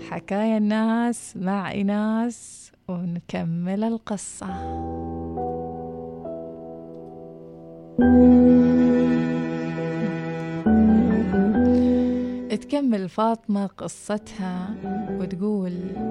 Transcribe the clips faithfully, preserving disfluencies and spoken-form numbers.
حكايا الناس مع إناس، ونكمل القصة. تكمل فاطمة قصتها وتقول: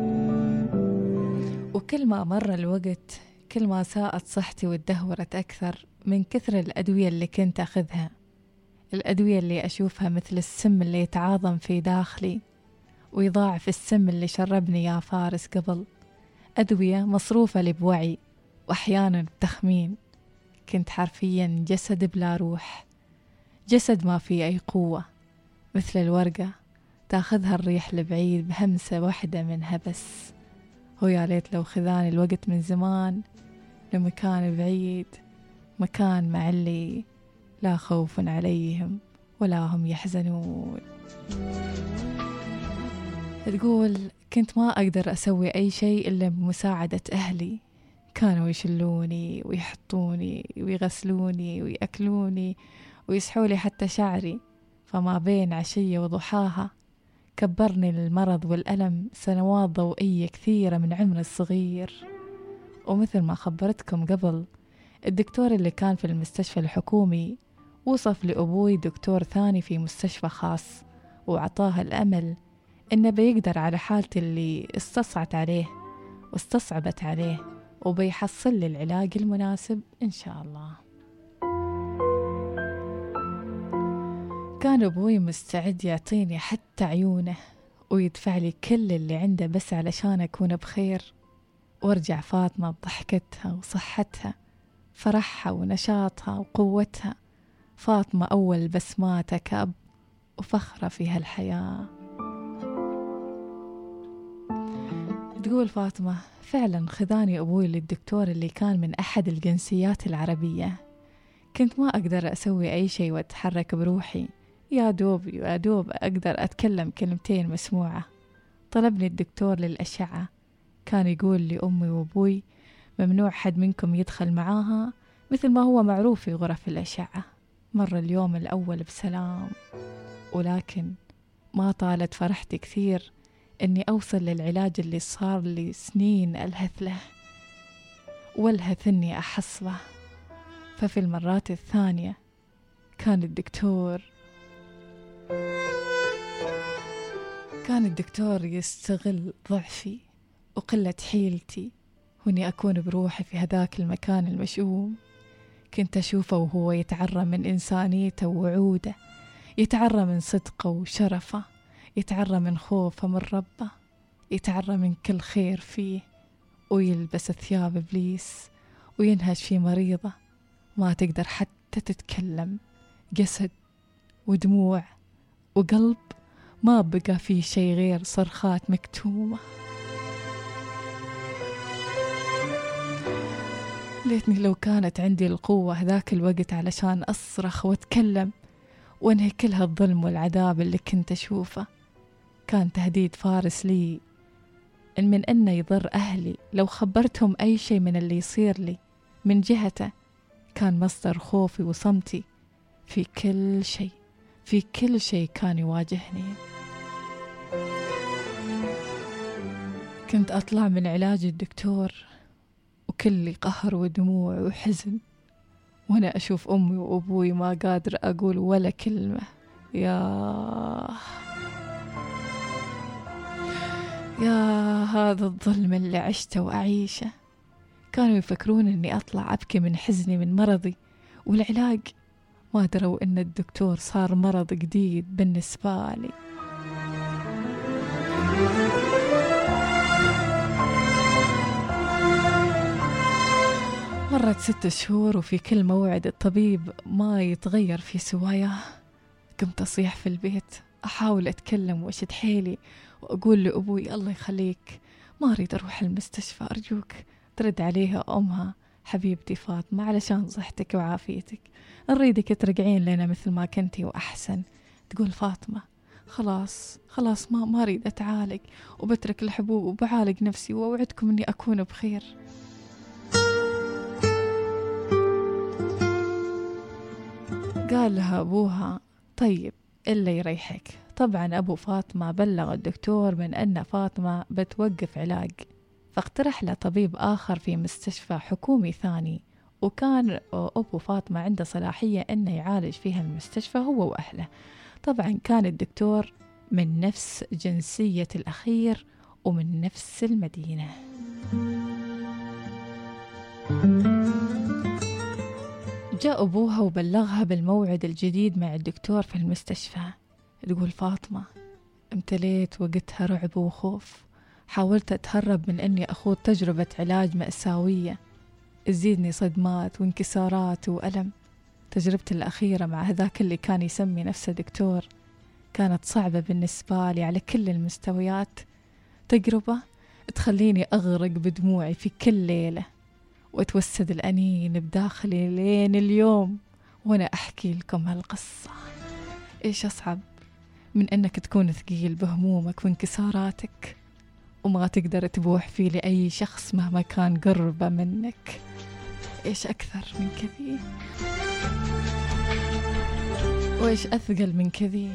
وكل ما مر الوقت كل ما ساءت صحتي وتدهورت أكثر من كثر الأدوية اللي كنت أخذها، الأدوية اللي أشوفها مثل السم اللي يتعاظم في داخلي ويضاعف السم اللي شربني يا فارس قبل، أدوية مصروفة لي بوعي وأحيانا بتخمين. كنت حرفيا جسد بلا روح، جسد ما فيه أي قوة، مثل الورقة تاخذها الريح لبعيد بهمسة واحدة منها بس. هو يا ليت لو خذاني الوقت من زمان لمكان بعيد، مكان مع اللي لا خوف عليهم ولا هم يحزنون. تقول: كنت ما أقدر أسوي أي شيء إلا بمساعدة أهلي، كانوا يشلوني ويحطوني ويغسلوني ويأكلوني ويسحولي حتى شعري، فما بين عشية وضحاها كبرني المرض والألم سنوات ضوئية كثيرة من عمري الصغير. ومثل ما خبرتكم قبل، الدكتور اللي كان في المستشفى الحكومي وصف لأبوي دكتور ثاني في مستشفى خاص، وعطاه الأمل إنه بيقدر على حالتي اللي استصعت عليه واستصعبت عليه، وبيحصل لي العلاج المناسب إن شاء الله. كان أبوي مستعد يعطيني حتى عيونه ويدفع لي كل اللي عنده بس علشان أكون بخير وارجع فاطمة بضحكتها وصحتها، فرحها ونشاطها وقوتها، فاطمة أول بسماتها كأب وفخرة في هالحياة. تقول فاطمة: فعلا خذاني أبوي للدكتور اللي كان من أحد الجنسيات العربية، كنت ما أقدر أسوي أي شيء وأتحرك بروحي، يا دوب يا دوب أقدر أتكلم كلمتين مسموعة. طلبني الدكتور للأشعة، كان يقول لي أمي وأبوي ممنوع حد منكم يدخل معاها، مثل ما هو معروف في غرف الأشعة. مر اليوم الأول بسلام، ولكن ما طالت فرحتي كثير أني أوصل للعلاج اللي صار لي سنين ألهث له والهث أني أحصله. ففي المرات الثانية كان الدكتور كان الدكتور يستغل ضعفي وقلة حيلتي وأني أكون بروحي في هذاك المكان المشؤوم. كنت أشوفه وهو يتعرى من إنسانيته ووعوده، يتعرى من صدقه وشرفه، يتعرى من خوفه من ربه، يتعرى من كل خير فيه، ويلبس ثياب إبليس وينهش في مريضة ما تقدر حتى تتكلم، جسد ودموع وقلب ما بقى فيه شيء غير صرخات مكتومة. ليتني لو كانت عندي القوة هذاك الوقت علشان أصرخ وأتكلم وانهي كل هالظلم والعذاب اللي كنت أشوفه. كان تهديد فارس لي إن من أنه يضر أهلي لو خبرتهم أي شيء من اللي يصير لي من جهته، كان مصدر خوفي وصمتي في كل شيء في كل شيء كان يواجهني. كنت أطلع من علاج الدكتور وكل قهر ودموع وحزن، وأنا أشوف أمي وأبوي ما قادر أقول ولا كلمة. يا يا هذا الظلم اللي عشته وأعيشه. كانوا يفكرون أني أطلع أبكي من حزني من مرضي والعلاج، ما دروا أن الدكتور صار مرض جديد بالنسبة لي. مرت ست شهور وفي كل موعد الطبيب ما يتغير في سواياه. قمت أصيح في البيت، أحاول أتكلم وأشد حيلي وأقول لأبوي: الله يخليك ما أريد أروح المستشفى، أرجوك. ترد عليها أمها: حبيبتي فاطمة، علشان صحتك وعافيتك نريدك ترجعين لنا مثل ما كنتي وأحسن. تقول فاطمة: خلاص خلاص ما ما أريد أتعالج وبترك الحبوب وبعالج نفسي وأوعدكم أني أكون بخير. قال لها أبوها: طيب إلا يريحك، طبعا أبو فاطمة بلغ الدكتور من أن فاطمة بتوقف علاج، فاقترح له طبيب آخر في مستشفى حكومي ثاني، وكان أبو فاطمة عنده صلاحية أنه يعالج فيها المستشفى هو وأهله. طبعا كان الدكتور من نفس جنسية الأخير ومن نفس المدينة. جاء أبوها وبلغها بالموعد الجديد مع الدكتور في المستشفى. تقول فاطمة امتليت وقتها رعب وخوف، حاولت أتهرب من أني أخوض تجربة علاج مأساوية تزيدني صدمات وانكسارات وألم. تجربتي الأخيرة مع هذاك اللي كان يسمي نفسه دكتور كانت صعبة بالنسبة لي على كل المستويات، تجربة تخليني أغرق بدموعي في كل ليلة وتوسد الأنين بداخلي لين اليوم وأنا أحكي لكم هالقصة. إيش أصعب من أنك تكون ثقيل بهمومك وانكساراتك وما تقدر تبوح فيه لأي شخص مهما كان قربة منك؟ إيش أكثر من كذي؟ وإيش أثقل من كذي؟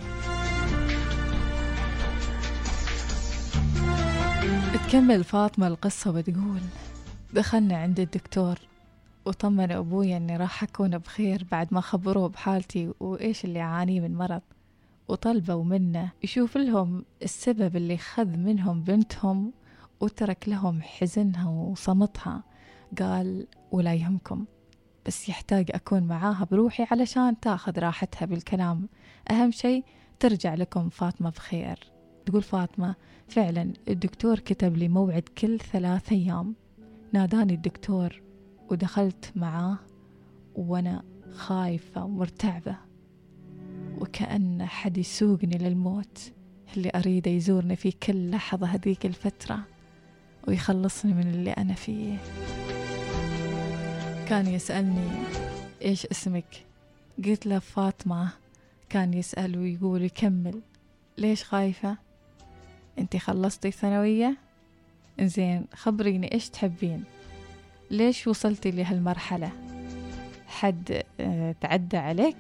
تكمل فاطمة القصة وتقول دخلنا عند الدكتور وطمن أبوي أني راح أكون بخير بعد ما خبروه بحالتي وإيش اللي أعانيه من مرض، وطلبوا منه يشوف لهم السبب اللي خذ منهم بنتهم وترك لهم حزنها وصمتها. قال ولا يهمكم، بس يحتاج أكون معاها بروحي علشان تاخذ راحتها بالكلام، أهم شيء ترجع لكم فاطمة بخير. تقول فاطمة فعلا الدكتور كتب لي موعد كل ثلاث أيام. ناداني الدكتور ودخلت معاه وأنا خايفة ومرتعبة وكأن حد يسوقني للموت اللي أريده يزورني في كل لحظة هذيك الفترة ويخلصني من اللي أنا فيه. كان يسألني إيش اسمك؟ قلت له فاطمة. كان يسأل ويقول يكمل ليش خايفة؟ أنتي خلصتي ثانوية؟ إنزين خبريني إيش تحبين؟ ليش وصلتي لهالمرحلة؟ حد اه تعدى عليك؟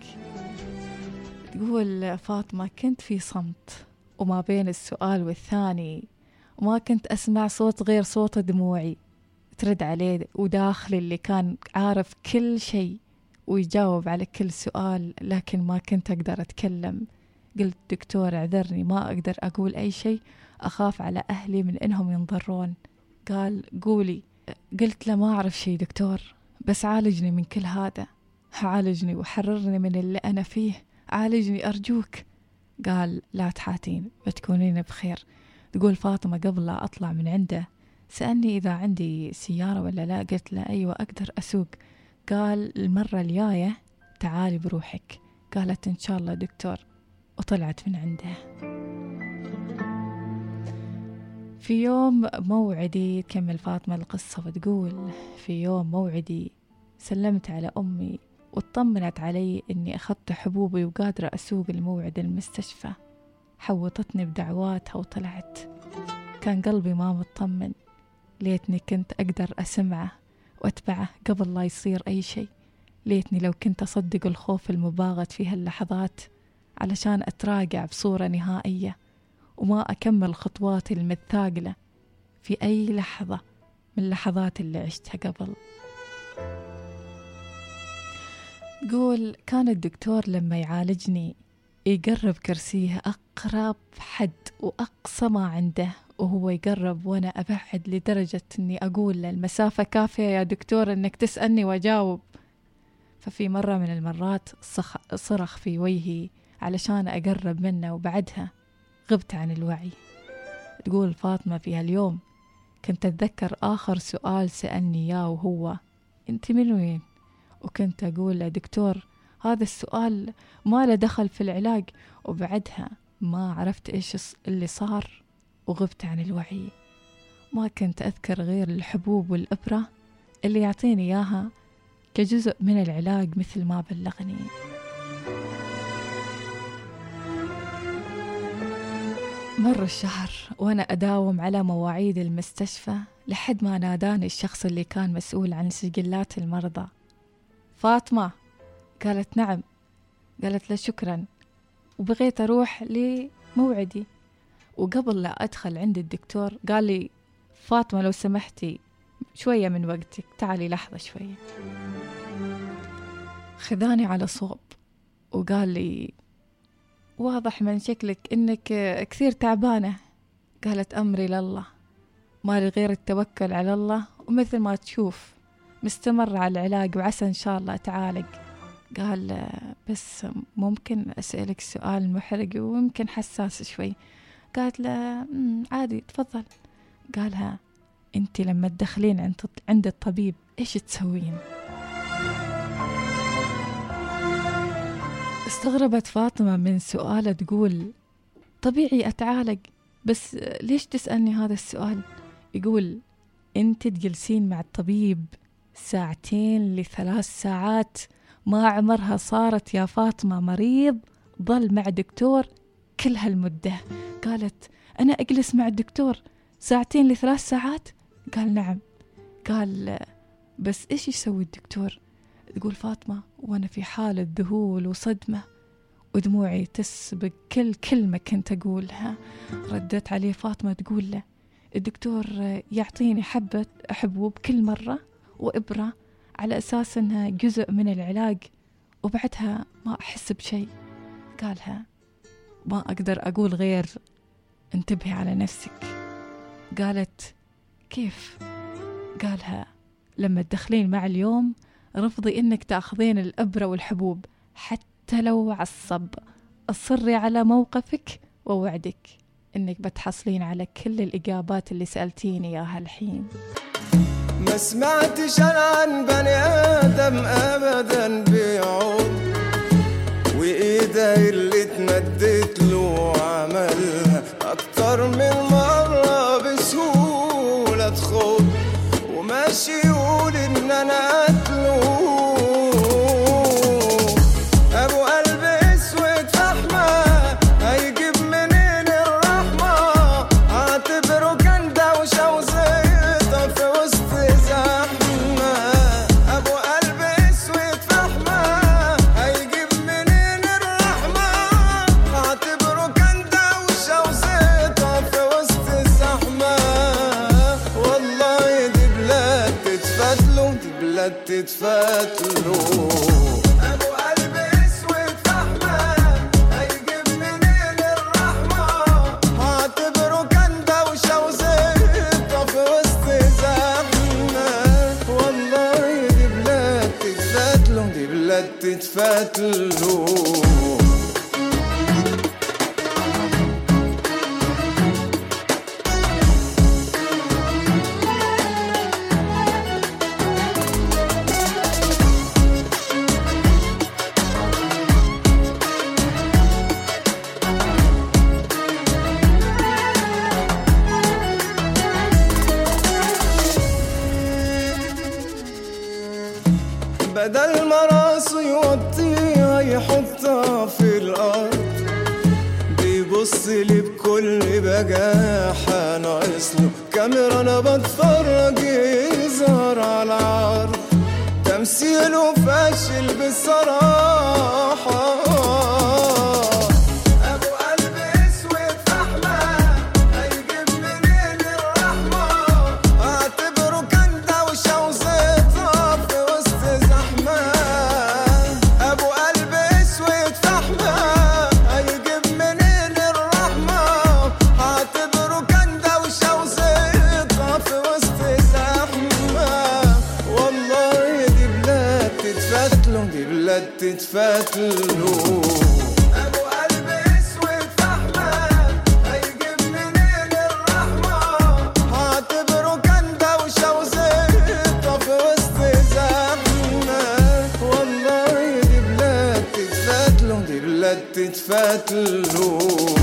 تقول فاطمة كنت في صمت وما بين السؤال والثاني وما كنت أسمع صوت غير صوت دموعي ترد عليه وداخلي اللي كان عارف كل شيء ويجاوب على كل سؤال، لكن ما كنت أقدر أتكلم. قلت دكتور اعذرني ما أقدر أقول أي شيء، أخاف على أهلي من إنهم ينضرون. قال قولي. قلت له ما أعرف شيء دكتور، بس عالجني من كل هذا، عالجني وحررني من اللي أنا فيه، عالجني أرجوك. قال لا تحاتين بتكونين بخير. تقول فاطمة قبل لا أطلع من عنده سألني إذا عندي سيارة ولا لا، قلت له أيوة أقدر أسوق. قال المرة الجاية تعالي بروحك. قالت إن شاء الله دكتور، وطلعت من عنده. في يوم موعدي تكمل فاطمة القصة وتقول في يوم موعدي سلمت على أمي واطمنت علي إني أخذت حبوبي وقادرة أسوق الموعد المستشفى. حوطتني بدعواتها وطلعت. كان قلبي ما مطمن، ليتني كنت أقدر أسمعه وأتبعه قبل لا يصير أي شيء. ليتني لو كنت أصدق الخوف المباغت في هاللحظات علشان أتراجع بصورة نهائية وما أكمل خطواتي المثاقلة في أي لحظة من اللحظات اللي عشتها قبل. تقول كان الدكتور لما يعالجني يقرب كرسيه أقرب حد وأقصى ما عنده وهو يقرب وأنا أبعد لدرجة أني أقول له المسافة كافية يا دكتور أنك تسألني وأجاوب. ففي مرة من المرات صرخ في وجهي علشان أقرب منه وبعدها غبت عن الوعي. تقول فاطمة في هاليوم كنت أتذكر آخر سؤال سألني إياه وهو أنت من وين؟ وكنت أقول له دكتور هذا السؤال ما له دخل في العلاج، وبعدها ما عرفت إيش اللي صار وغبت عن الوعي. ما كنت أذكر غير الحبوب والإبرة اللي يعطيني إياها كجزء من العلاج مثل ما بلغني. مر الشهر وأنا أداوم على مواعيد المستشفى لحد ما ناداني الشخص اللي كان مسؤول عن سجلات المرضى. فاطمة. قالت نعم. قالت له شكرا، وبغيت أروح موعدي. وقبل لا أدخل عند الدكتور قال لي فاطمة لو سمحتي شوية من وقتك، تعالي لحظة شوية. خذاني على صوب وقال لي واضح من شكلك إنك كثير تعبانة. قالت أمري لله، ما لي غير التوكل على الله، ومثل ما تشوف مستمر على العلاج وعسى إن شاء الله أتعالج. قال بس ممكن أسألك سؤال محرج ويمكن حساس شوي. قالت له عادي تفضل. قالها أنت لما تدخلين عند الطبيب إيش تسوين؟ استغربت فاطمة من سؤاله، تقول طبيعي أتعالج، بس ليش تسألني هذا السؤال؟ يقول أنت تجلسين مع الطبيب ساعتين لثلاث ساعات، ما عمرها صارت يا فاطمة مريض ظل مع دكتور كل هالمدة. قالت أنا أجلس مع الدكتور ساعتين لثلاث ساعات؟ قال نعم. قال بس إيش يسوي الدكتور؟ تقول فاطمة وأنا في حالة ذهول وصدمة ودموعي تسبق كل كلمة كنت أقولها. ردت عليه فاطمة تقول له الدكتور يعطيني حبة حبوب كل مرة وإبرة على أساس أنها جزء من العلاج، وبعدها ما أحس بشيء. قالها ما أقدر أقول غير انتبهي على نفسك. قالت كيف؟ قالها لما تدخلين مع اليوم رفضي إنك تأخذين الإبرة والحبوب حتى لو عصب، أصري على موقفك ووعدك إنك بتحصلين على كل الإجابات اللي سألتيني إياها الحين. ما سمعتش أنا عن بني آدم أبدا بيعود، وإيده اللي اتمدت له عملها أكتر من مرة بسهولة تخوض، وماشي يقول إن أنا قتله. أبو قلب أسود فحمة هيجيب منين الرحمة؟ اعتبره كان دوشة وزيطة في وسط زحمة. أبو قلب أسود فحمة هيجيب منين الرحمة؟ اعتبره كان دوشة وزيطة في وسط الزحمة. والله دي بلاد تتفتلو، دي بلاد تتفتلو. أبو قلب أسود فحمة هيجيب منين الرحمة؟ اعتبره كان دوشة وزيطة في وسط زحمة. والله دي بلاد تتفتلو، دي بلاد تتفتلو. بدل ما راسه يوطيها يحطها في الأرض، بيبص لي بكل بجاحة ناقصله كاميرا أنا بتفرج يظهر على العرض. تمثيله فاشل بصراحة. تتفتلو. أبو قلب أسود فحمة هيجيب منين الرحمة؟ اعتبره كان دوشة وزيطة في وسط زحمة. والله دي بلاد تتفتلو، دي بلاد تتفتلو.